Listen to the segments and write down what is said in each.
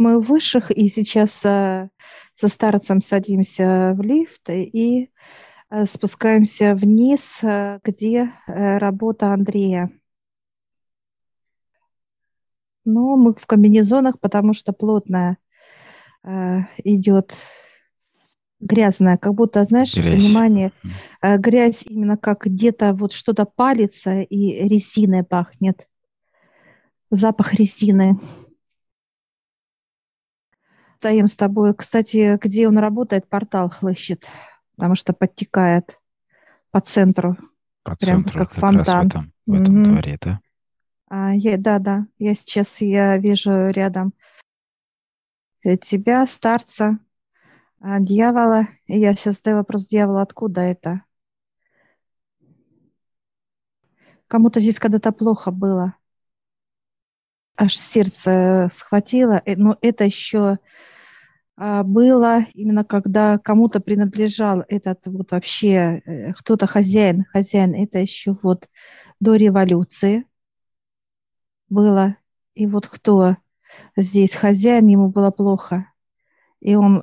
Мы в высших, и сейчас со старцем садимся в лифт и спускаемся вниз, где работа Андрея. Но мы в комбинезонах, потому что плотная идет грязная, как будто, знаешь, Грязь. понимание, грязь именно как где-то вот что-то палится и резиной пахнет, запах резины. Стоим с тобой. Кстати, где он работает, портал хлыщет, потому что подтекает по центру, По прям центру, как как раз в фонтан. этом Мгм. дворе, да? Да, я сейчас я вижу рядом тебя, старца, дьявола. И я сейчас задаю вопрос дьяволу, откуда это? Кому-то здесь когда-то плохо было, аж сердце схватило. Но это еще было именно когда кому-то принадлежал этот вот вообще кто-то хозяин. Это еще вот до революции было. И вот кто здесь хозяин, ему было плохо. И он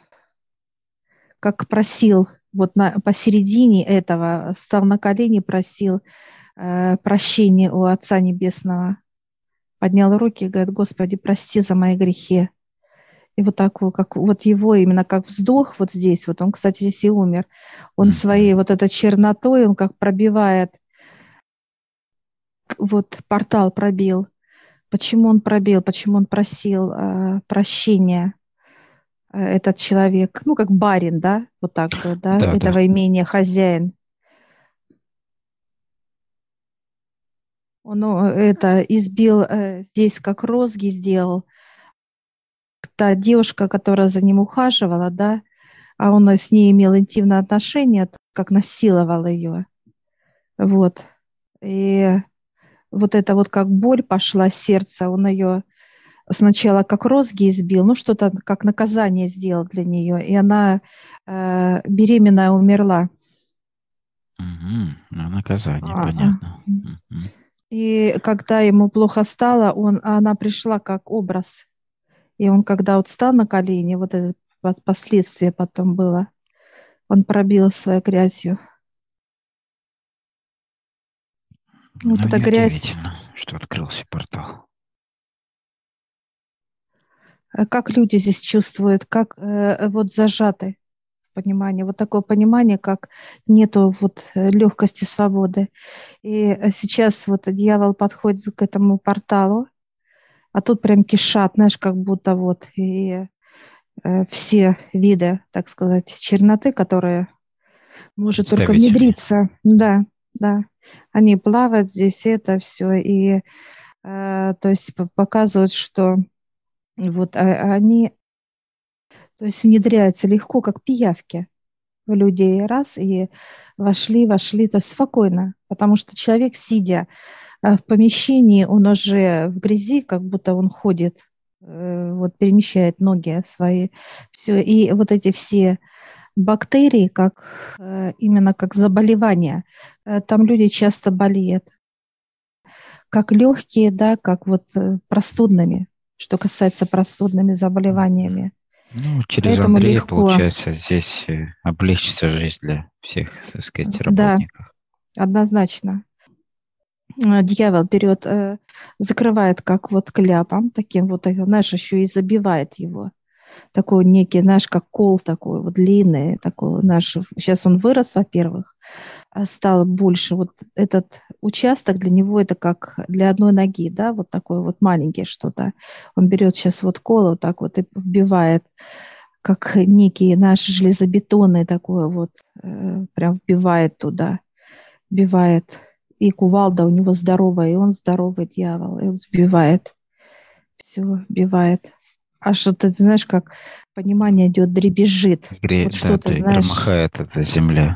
как просил, вот посередине этого стал на колени, просил прощения у Отца Небесного. Поднял руки и говорит: Господи, прости за мои грехи. И вот так вот, как вот его именно как вздох вот здесь, вот он, кстати, здесь и умер, он своей Мгм. вот этой чернотой, он как пробивает, вот портал пробил. Почему он пробил, почему он просил прощения, этот человек, ну, как барин, да, вот так бы, да, Да, да. этого имения хозяин. Он это избил здесь, как розги сделал. Та девушка, которая за ним ухаживала, да, а он с ней имел интимное отношение, как насиловал ее. Вот. И вот это вот как боль пошла с сердца, он ее сначала как розги избил, ну что-то как наказание сделал для нее, и она беременная умерла. Мгм. Ну, наказание, А, а. понятно. Мгм. И когда ему плохо стало, она пришла как образ. И он, когда вот встал на колени, вот это последствие потом было, он пробил своей грязью. Вот Ну, эта грязь, неудивительно, что открылся портал. как люди здесь чувствуют, как вот зажаты понимание, вот такое понимание, как нету вот легкости, свободы. И сейчас вот дьявол подходит к этому порталу, а тут прям кишат, знаешь, как будто вот и все виды, так сказать, черноты, которые может только Представители. внедриться. Да, да. Они плавают здесь, это все. И то есть показывают, что вот они, то есть внедряются легко, как пиявки в людей. Раз, и вошли, то есть спокойно. Потому что человек, сидя в помещении, он уже в грязи, как будто он ходит, вот перемещает ноги свои. Все. И вот эти все бактерии, как именно как заболевания. Там люди часто болеют, как легкие, да, как вот простудными, что касается простудными Мгм. заболеваниями. Ну, через Поэтому Андрея, легко, получается, здесь облегчится жизнь для всех, так сказать, да, работников. однозначно. Дьявол берет, закрывает как вот кляпом, таким вот, знаешь, еще и забивает его. Такой некий, знаешь, как кол такой вот длинный, такой наш. Сейчас он вырос, во-первых, стал больше. Вот этот участок для него это как для одной ноги, да, вот такой вот маленький что-то. Он берет сейчас вот кол вот так вот и вбивает, как некий наш железобетонный такой вот, прям вбивает туда, вбивает. И кувалда у него здоровая, и он здоровый дьявол, и он сбивает, все вбивает. А что ты знаешь, как понимание идет, дребезжит. Вот что Да, ты знаешь. громыхает эта земля.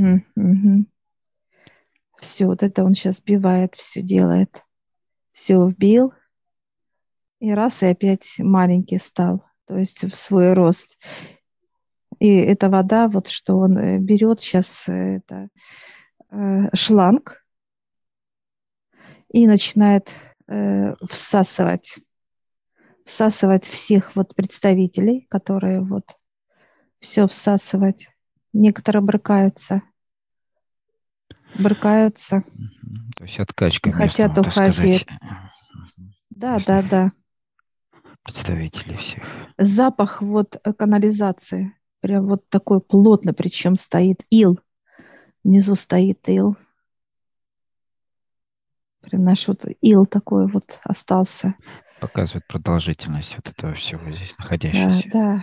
Все, вот это он сейчас сбивает, все делает. Все вбил, и раз, и опять маленький стал, то есть в свой рост. И эта вода, вот что он берет сейчас, это шланг и начинает всасывать. всасывать всех вот представителей, которые вот все всасывать. Некоторые брыкаются То есть и откачка хотят местного, так сказать, уходить. Да, местных да, да. представителей всех. Запах вот канализации. Прям вот такой плотно, причем стоит ил. Внизу стоит ил. Прям наш вот ил такой вот остался. Показывает продолжительность вот этого всего здесь Да, находящегося. да.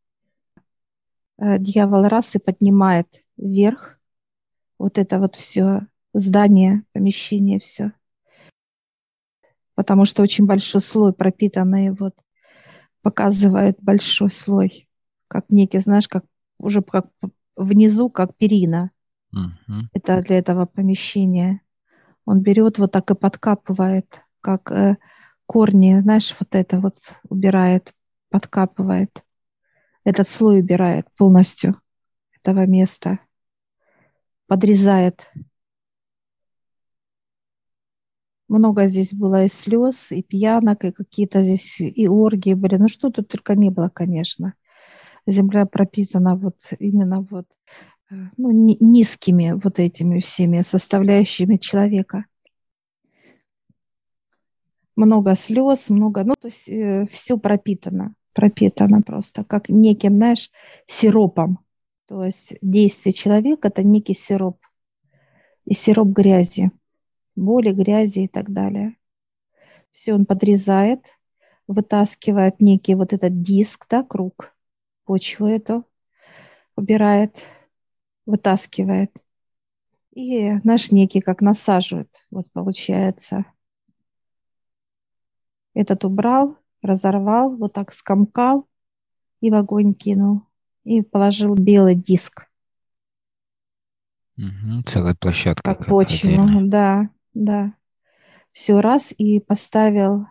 Дьявол раз и поднимает вверх вот это вот все здание, помещение, все. Потому что очень большой слой пропитанный, вот показывает большой слой, как некий, знаешь, как уже как внизу, как перина. Мгм. Это для этого помещения. Он берет вот так и подкапывает, как корни, знаешь, вот это вот убирает, подкапывает. Этот слой убирает полностью этого места, подрезает. Много здесь было и слез, и пьянок, и какие-то здесь и оргии были. Ну, что тут только не было, конечно. Земля пропитана вот именно вот ну, низкими вот этими всеми составляющими человека. Много слез, много, ну, то есть все пропитано просто, как неким, знаешь, сиропом. То есть действие человека– это некий сироп, и сироп грязи, боли, грязи и так далее. Все он подрезает, вытаскивает некий вот этот диск, да, круг, почву эту убирает, вытаскивает. И наш некий как насаживает, вот получается. Этот убрал, разорвал, вот так скомкал и в огонь кинул. И положил белый диск, Мгм. Целая площадка как как почву. отдельная. Да, да. Все раз и поставил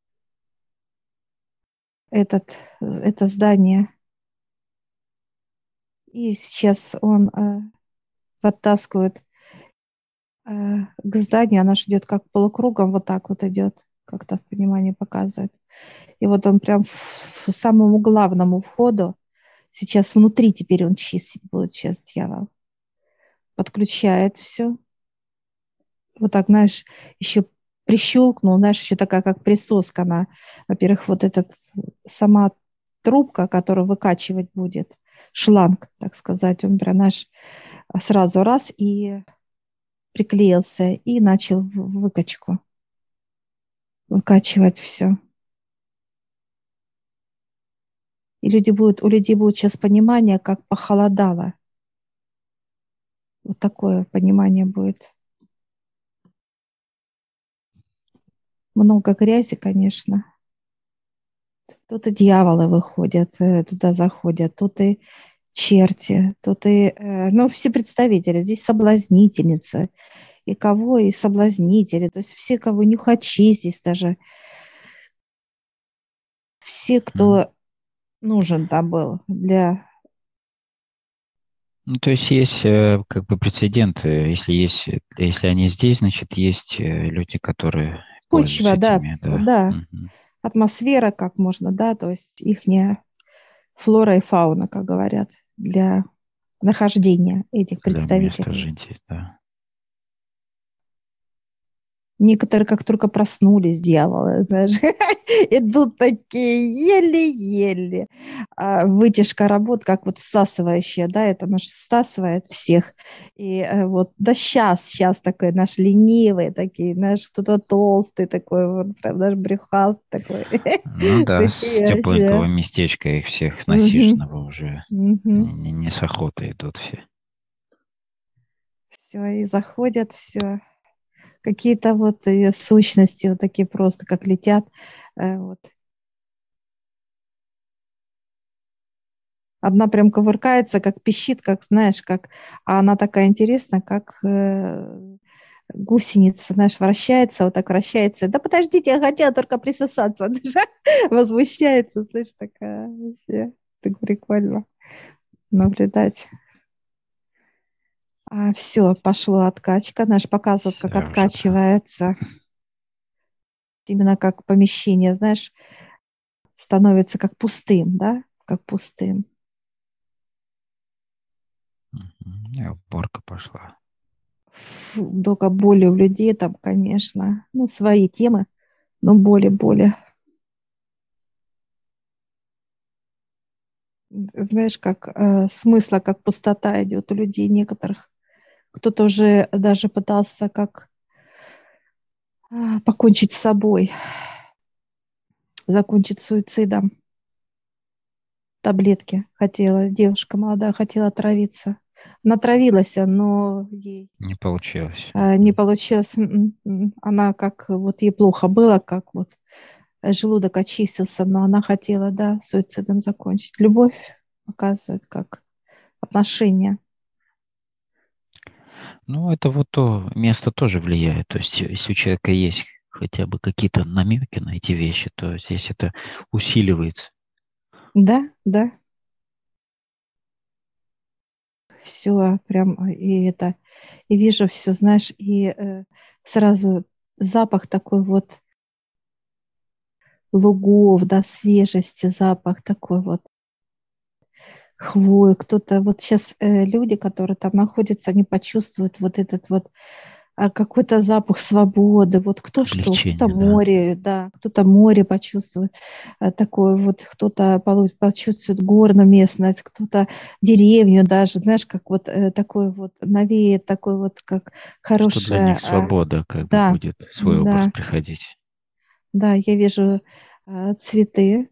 это здание. И сейчас он подтаскивает к зданию, она ж идет как полукругом, вот так вот идет, как-то в понимании показывает. И вот он прям в самому главному входу, сейчас внутри теперь он чистить будет, сейчас дьявол. Подключает все. Вот так, знаешь, еще прищелкнул, знаешь, еще такая, как присоска, она, во-первых, вот этот, сама трубка, которую выкачивать будет, шланг, так сказать, он прям, знаешь, сразу раз и приклеился, и начал выкачку, выкачивать все. И у людей будет сейчас понимание, как похолодало. Вот такое понимание будет. Много грязи, конечно. Тут и дьяволы выходят, туда заходят, тут и черти, тут и, ну, все представители. Здесь соблазнительницы, и кого, и соблазнители. То есть все, кого нюхачи здесь даже. Все, Мгм. кто нужен там был для... Ну, то есть есть как бы прецеденты. Если они здесь, значит, есть люди, которые Почва, пользуются да, этими, да. да, Мгм. атмосфера, как можно, да, то есть ихняя флора и фауна, как говорят, для нахождения этих Для места представителей. жития, да. Некоторые, как только проснулись, дьяволы, знаешь, идут такие еле-еле. Вытяжка работ, как вот всасывающая, да, это наш всасывает всех. И вот, да сейчас такой наш ленивый, такие, наш кто-то толстый такой, вот, прям наш брюхаст такой. Ну да, с Такие тепленького вообще. местечка их всех Мгм, насиженного уже мгм. не с охоты идут все. Все, и заходят, все. Какие-то вот сущности вот такие просто, как летят. Вот. Одна прям кувыркается, как пищит, как, знаешь, как... А она такая интересная, как гусеница, знаешь, вращается, вот так вращается. Да подождите, я хотела только присосаться. Возмущается, слышь, такая. Вообще. Так прикольно наблюдать. Все, пошла откачка. Наш показывает, как Все уже, да. откачивается. Именно как помещение, знаешь, становится как пустым, да, как пустым. И уборка пошла. Только боли у людей там, конечно, ну, свои темы, но боли. Знаешь, как смысла, как пустота идет у людей некоторых. Кто-то уже даже пытался как покончить с собой, закончить суицидом. Таблетки хотела, девушка молодая хотела отравиться. Натравилась, но ей Не получилось. не получилось. Она как вот ей плохо было, как вот желудок очистился, но она хотела, да, суицидом закончить. Любовь показывает, как отношения. Ну, это вот то место тоже влияет. То есть, если у человека есть хотя бы какие-то намеки на эти вещи, то здесь это усиливается. Да, да, все прям, и это, и вижу все, знаешь, и сразу запах такой вот лугов, да, свежести, запах такой вот хвои. Кто-то, вот сейчас люди, которые там находятся, они почувствуют вот этот вот какой-то запах свободы, вот кто что, кто-то Облегчение, да. море, да, кто-то море почувствует, такое вот, кто-то почувствует горную местность, кто-то деревню даже, знаешь, как вот такой вот навеет, такой вот, как Что для хорошая, них свобода как бы да, будет в свой образ да, приходить. да, я вижу цветы,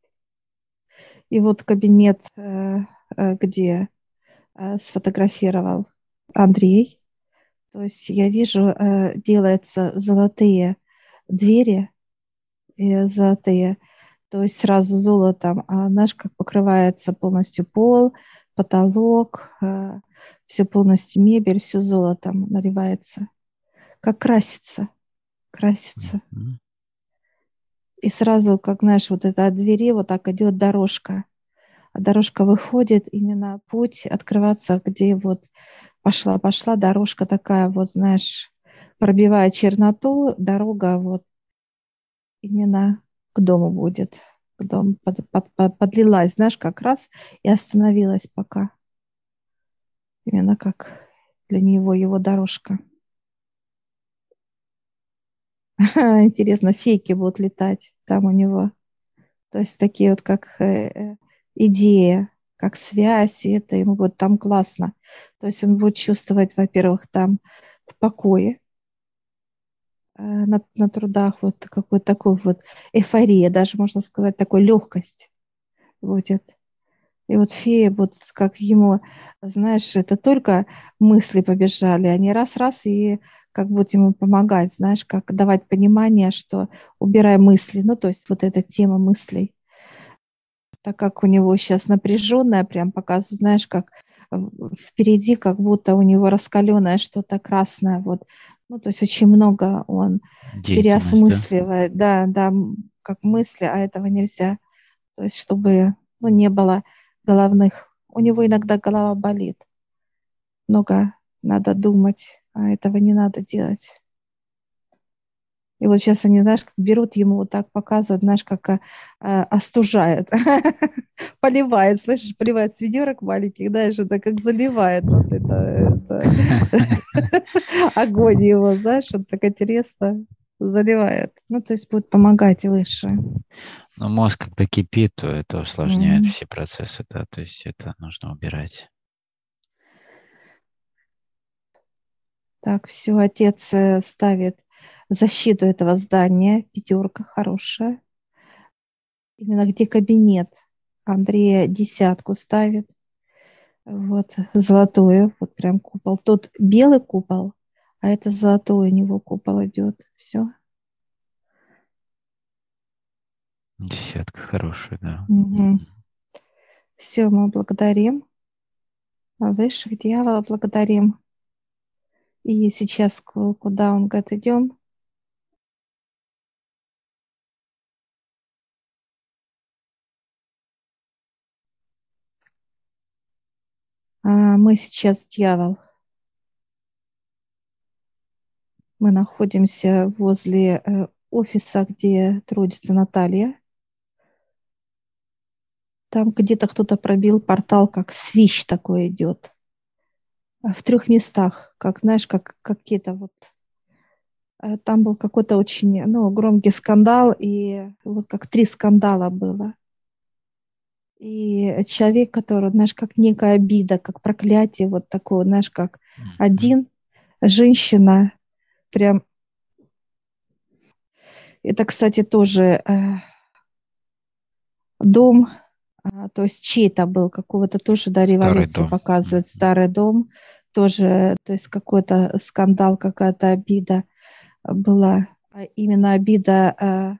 и вот кабинет, где сфотографировал Андрей. То есть я вижу, делаются золотые двери, золотые, то есть сразу золотом, знаешь, как покрывается полностью пол, потолок, все полностью мебель, все золотом наливается. Как красится. Мгм. И сразу, как знаешь, вот это от двери вот так идет дорожка. А дорожка выходит, именно путь открываться, где вот пошла дорожка такая, вот знаешь, пробивая черноту, дорога вот именно к дому будет. К дому подлилась, знаешь, как раз и остановилась пока. Именно как для него его дорожка. Интересно, фейки будут летать там у него. То есть такие вот как идея, как связь, и это ему будет там классно. То есть он будет чувствовать, во-первых, там в покое, на трудах вот какой-то такой вот эйфория, даже можно сказать, такой легкость будет. И вот фея, вот как ему, знаешь, это только мысли побежали, они раз-раз и как будто ему помогать, знаешь, как давать понимание, что убирай мысли, ну, то есть вот эта тема мыслей, так как у него сейчас напряженная, прям показываю, знаешь, как впереди, как будто у него раскаленное что-то красное, вот, ну, то есть очень много он Деятельность, да? переосмысливает, да, да, как мысли, а этого нельзя, то есть чтобы, ну, не было головных, у него иногда голова болит, много надо думать, а этого не надо делать. И вот сейчас они, знаешь, как берут ему вот так показывают, знаешь, как остужают, поливает, слышишь, поливает с ведерок маленьких, знаешь, это как заливает вот это огонь его, знаешь, вот так интересно заливает. Ну, то есть будет помогать выше. Но мозг, когда кипит, то это усложняет Мгм. все процессы, да, то есть это нужно убирать. Так, все, отец ставит защиту этого здания, пятерка хорошая. Именно где кабинет. Андрея десятку ставит. Вот, золотое, вот прям купол. Тот белый купол, а это золотой у него купол идет. Все. Десятка хорошая, да. Угу. Все, мы благодарим. Высших дьявола благодарим. И сейчас куда он говорит, идем? Мы сейчас дьявол. Мы находимся возле офиса, где трудится Наталья. Там где-то кто-то пробил портал, как свищ такой идет. В 3 местах, как, знаешь, как какие-то вот... Там был какой-то очень, ну, громкий скандал, и вот как 3 скандала было. И человек, который, знаешь, как некая обида, как проклятие, вот такое, знаешь, как Мгм. один, женщина, прям... Это, кстати, тоже дом, то есть чей-то был, какого-то тоже до Старый революции дом. показывает, Мгм. старый дом, тоже, то есть какой-то скандал, какая-то обида была. Именно обида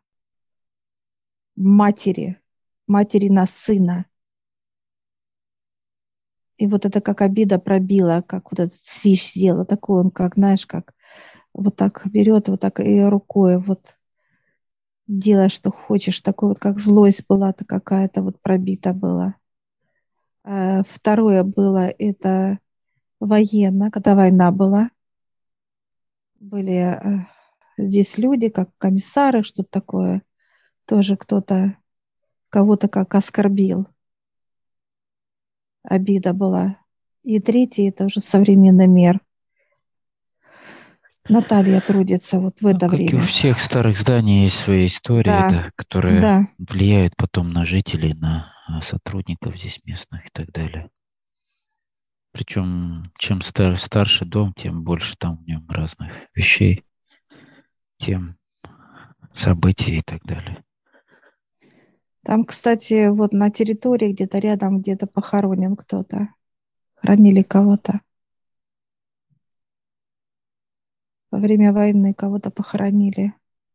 матери, матери на сына. И вот это как обида пробила, как вот этот свищ сделала, такой он, как, знаешь, как вот так берет, вот так и рукой вот делай, что хочешь, такой вот, как злость была-то какая-то вот пробита была. Второе было, это военно, когда война была, были здесь люди, как комиссары, что-то такое, тоже кто-то кого-то как оскорбил, обида была. И третий, это уже современный мир. Наталья трудится вот в Ну, это как и у время. всех старых зданий, есть свои истории, Да, да, которые да. влияют потом на жителей, на сотрудников здесь местных и так далее. Причем, чем старше дом, тем больше там в нем разных вещей, тем событий и так далее. Там, кстати, вот на территории где-то рядом, где-то похоронен кто-то. Хоронили кого-то. Во время войны кого-то похоронили.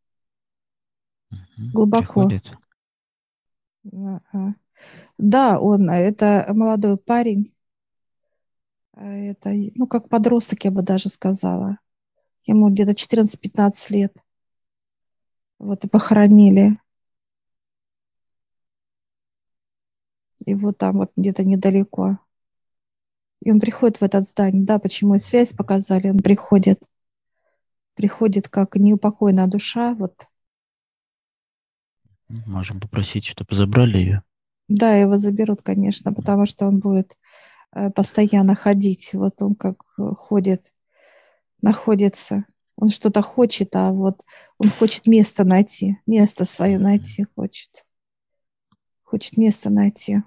Мгм. Глубоко. Приходит. Ага. Да, он, это молодой парень. Это, ну, как подросток, я бы даже сказала. Ему где-то 14-15 лет. Вот и похоронили. Его там вот где-то недалеко. И он приходит в этот здание. Да, почему и связь показали. Он приходит. Приходит как неупокоенная душа. Вот. Можем попросить, чтобы забрали ее. Да, его заберут, конечно, потому что он будет постоянно ходить. Вот он как ходит, находится. Он что-то хочет, а вот он хочет место найти. Место свое найти хочет. Хочет место найти.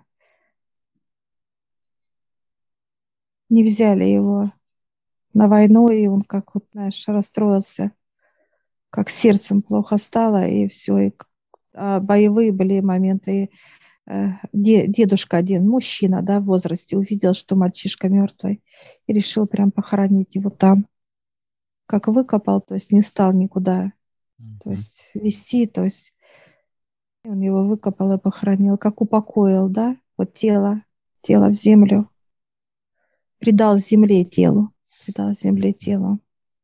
Не взяли его на войну, и он как вот, знаешь, расстроился. Как сердцем плохо стало, и все. Боевые были моменты. И, дедушка один, мужчина, да, в возрасте, увидел, что мальчишка мертвый, и решил прям похоронить его там. Как выкопал, то есть не стал никуда, то Мгм. есть вести, то есть он его выкопал и похоронил, как упокоил, да, вот тело в землю, придал земле телу, придал земле тело.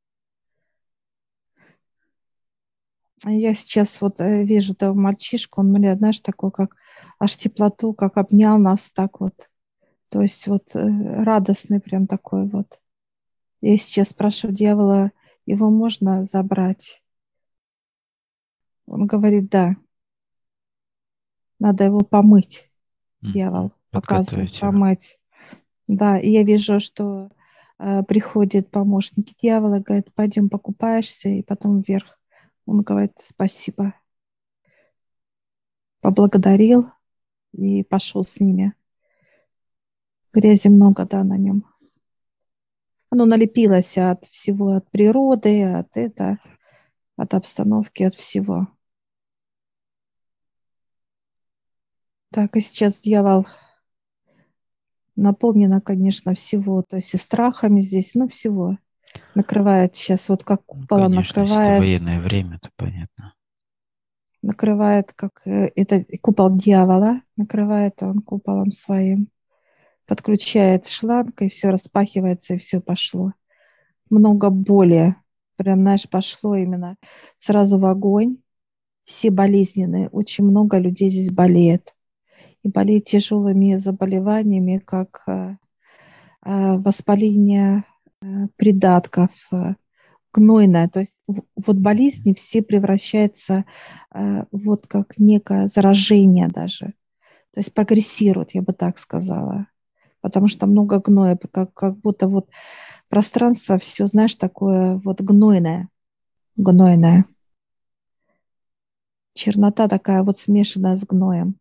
А я сейчас вот вижу этого мальчишку, он мне, знаешь, такой, как аж теплоту, как обнял нас так вот. То есть вот радостный прям такой вот. Я сейчас спрашиваю дьявола, его можно забрать? Он говорит, да, надо его помыть. Мгм. Дьявол показывает, Подготовить его. помыть. Да, и я вижу, что приходит помощник дьявола, говорит, пойдем покупаешься, и потом вверх. Он говорит, спасибо. Поблагодарил и пошел с ними. Грязи много, да, на нем. Оно налепилось от всего, от природы, от обстановки, от всего. Так, и сейчас дьявол наполнено, конечно, всего, то есть и страхами здесь, ну, всего. Накрывает сейчас, вот как Ну, куполом конечно, если это накрывает, военное время, то понятно. накрывает, как это купол дьявола, накрывает он куполом своим, подключает шланг, и все распахивается, и все пошло. Много боли, прям, знаешь, пошло именно сразу в огонь. Все болезненные, очень много людей здесь болеет. И болеет тяжелыми заболеваниями, как воспаление придатков, гнойное. То есть вот болезни все превращаются вот как некое заражение даже. То есть прогрессирует, я бы так сказала. Потому что много гноя, как будто вот пространство все, знаешь, такое вот гнойное, гнойное. Чернота такая вот смешанная с гноем.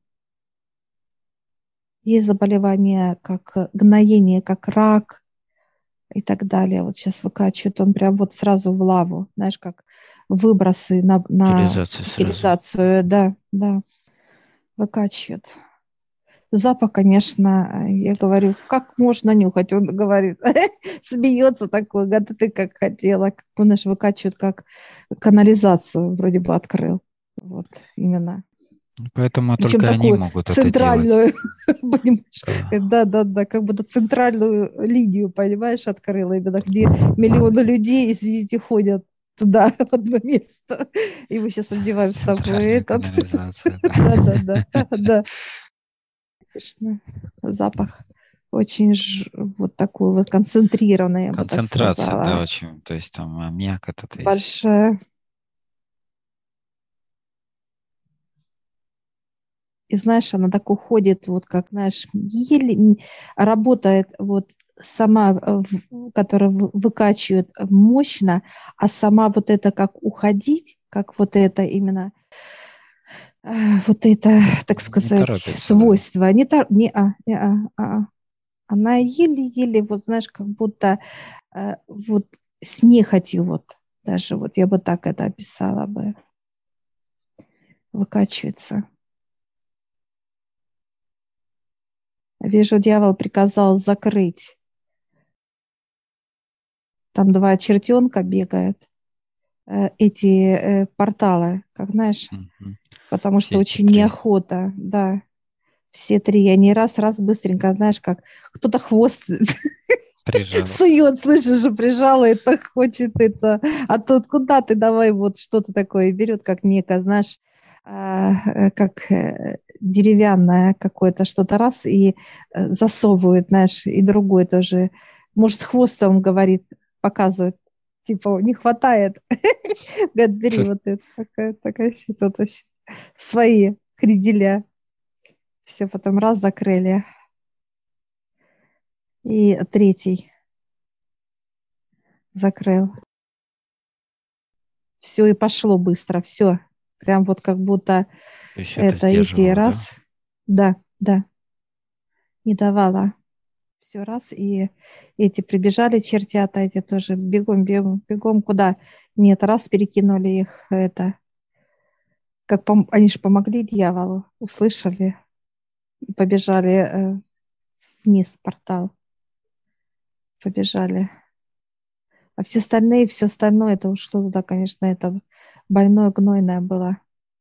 Есть заболевания, как гноение, как рак и так далее. Вот сейчас выкачивают он прям вот сразу в лаву, знаешь, как выбросы на Утилизация сразу. утилизацию. Да, да, выкачивают. Запах, конечно, я говорю, как можно нюхать? Он говорит, смеется такой, да ты как хотела. Как, знаешь, выкачивают, как канализацию вроде бы открыл. Вот, именно. Поэтому Причем только они такую могут это делать. центральную, понимаешь, Да. да, как будто центральную линию, понимаешь, открыла, именно где миллионы людей и везде ходят туда, в одно место. И мы сейчас одеваем с тобой Центральная этот. канализация, Да, да. да, конечно. Запах очень вот такой вот концентрированный, я бы так Концентрация, да, сказала. очень. То есть там аммиак этот есть. Большая. И знаешь, она так уходит, вот как, знаешь, еле работает вот сама, которая выкачивает мощно, а сама вот это как уходить, как вот это именно, вот это, так Не сказать, торопится, да. свойство. Она еле-еле, вот знаешь, как будто вот с нехотью вот, даже вот я бы так это описала бы, выкачивается. Вижу, дьявол приказал закрыть. Там два чертенка бегают, эти порталы, как знаешь, Мгм. потому что Все эти очень три неохота, да. Все три, они раз быстренько, знаешь, как кто-то хвост прижал. сует, слышишь, же прижала, это хочет это, а тут куда ты, давай вот что-то такое берет, как некое, знаешь, как деревянное какое-то что-то раз и засовывает, знаешь, и другой тоже. Может, хвостом говорит, показывает, типа, не хватает. Говорит, бери вот это, такая ситуация. Свои кренделя. Все, потом раз закрыли. И третий закрыл. Все, и пошло быстро, все. Прям вот как будто То есть это это эти сдерживало, да? раз, да, да, не давала. Все раз, и эти прибежали чертята, эти тоже бегом, бегом, бегом, куда? Нет, раз перекинули их, это, как они же помогли дьяволу, услышали, и побежали вниз в портал, побежали. А все остальные, все остальное, это ушло туда, конечно, это больное, гнойное было.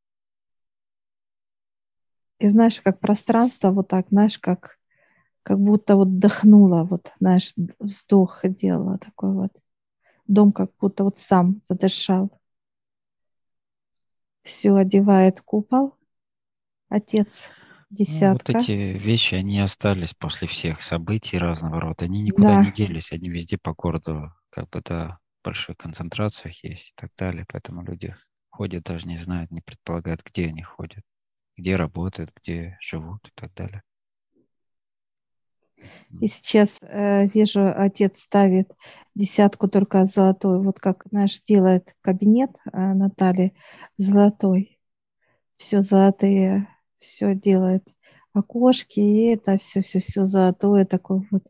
И знаешь, как пространство вот так, знаешь, как будто вот вдохнуло, вот, знаешь, вздох делала такой вот. Дом как будто вот сам задышал. Все одевает купол, отец, Ну, вот десятка. эти вещи, они остались после всех событий разного рода. Они никуда не Да, делись, они везде по городу, как бы, да, в больших концентрациях есть и так далее. Поэтому люди ходят, даже не знают, не предполагают, где они ходят, где работают, где живут и так далее. и сейчас вижу, отец ставит десятку только золотой, вот как, знаешь, делает кабинет Натальи золотой. Все золотые, все делает. Окошки, и это все золотое такое вот.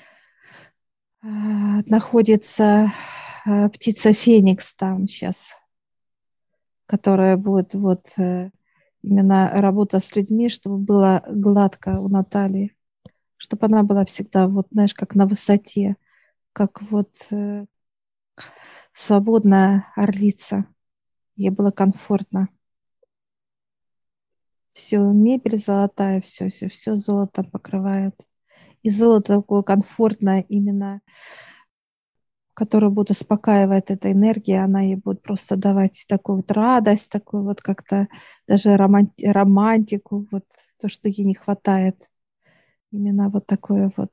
Находится птица Феникс там сейчас, которая будет вот именно работа с людьми, чтобы было гладко у Натальи, чтобы она была всегда вот, знаешь, как на высоте, как вот свободная орлица. Ей было комфортно. Все, мебель золотая, все золотом покрывают. И золото такое комфортное именно, которая будет успокаивать эта энергия, она ей будет просто давать такую вот радость, такую вот как-то даже романтику, вот то, что ей не хватает. Именно вот такое вот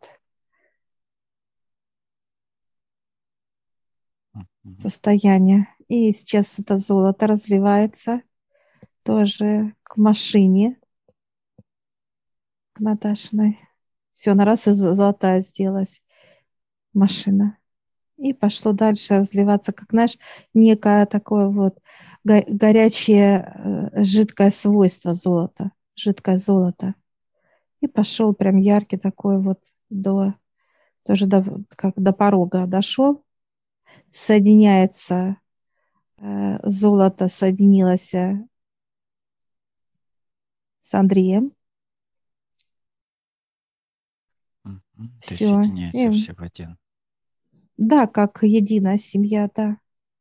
Мгм. состояние. И сейчас это золото разливается тоже к машине. к Наташиной. Все, на раз и золотая сделалась машина. И пошло дальше разливаться, как, знаешь, некое такое вот горячее, жидкое свойство золота, жидкое золото. И пошел прям яркий такой вот тоже как до порога дошел. Соединяется, золото соединилось с Андреем. То есть Все. соединяются все в один. Да, как единая семья, да.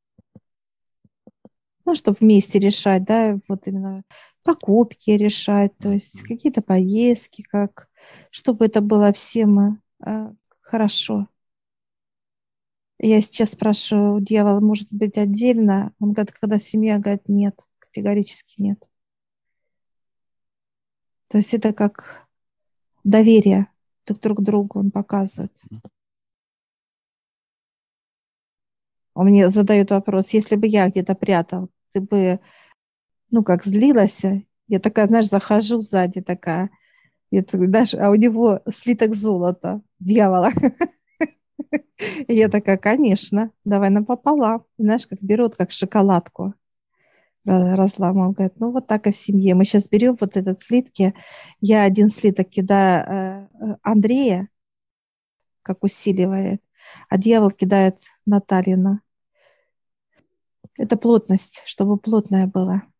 Ну, чтобы вместе решать, да, вот именно покупки решать, то есть какие-то поездки, чтобы это было всем хорошо. Я сейчас спрашиваю у дьявола, может быть, отдельно? Он говорит, когда семья, говорит, нет, категорически нет. То есть это как доверие друг к другу он показывает. Он мне задает вопрос, если бы я где-то прятал, ты бы, как злилась? Я такая, знаешь, захожу сзади такая, даже, а у него слиток золота, дьявола. И я такая, конечно, давай напополам. Знаешь, как берут, как шоколадку разламывал. Говорит, ну вот так и в семье. Мы сейчас берем вот этот слитки. Я один слиток кидаю Андрея, как усиливает, а дьявол кидает Натальина. Это плотность, чтобы плотная была.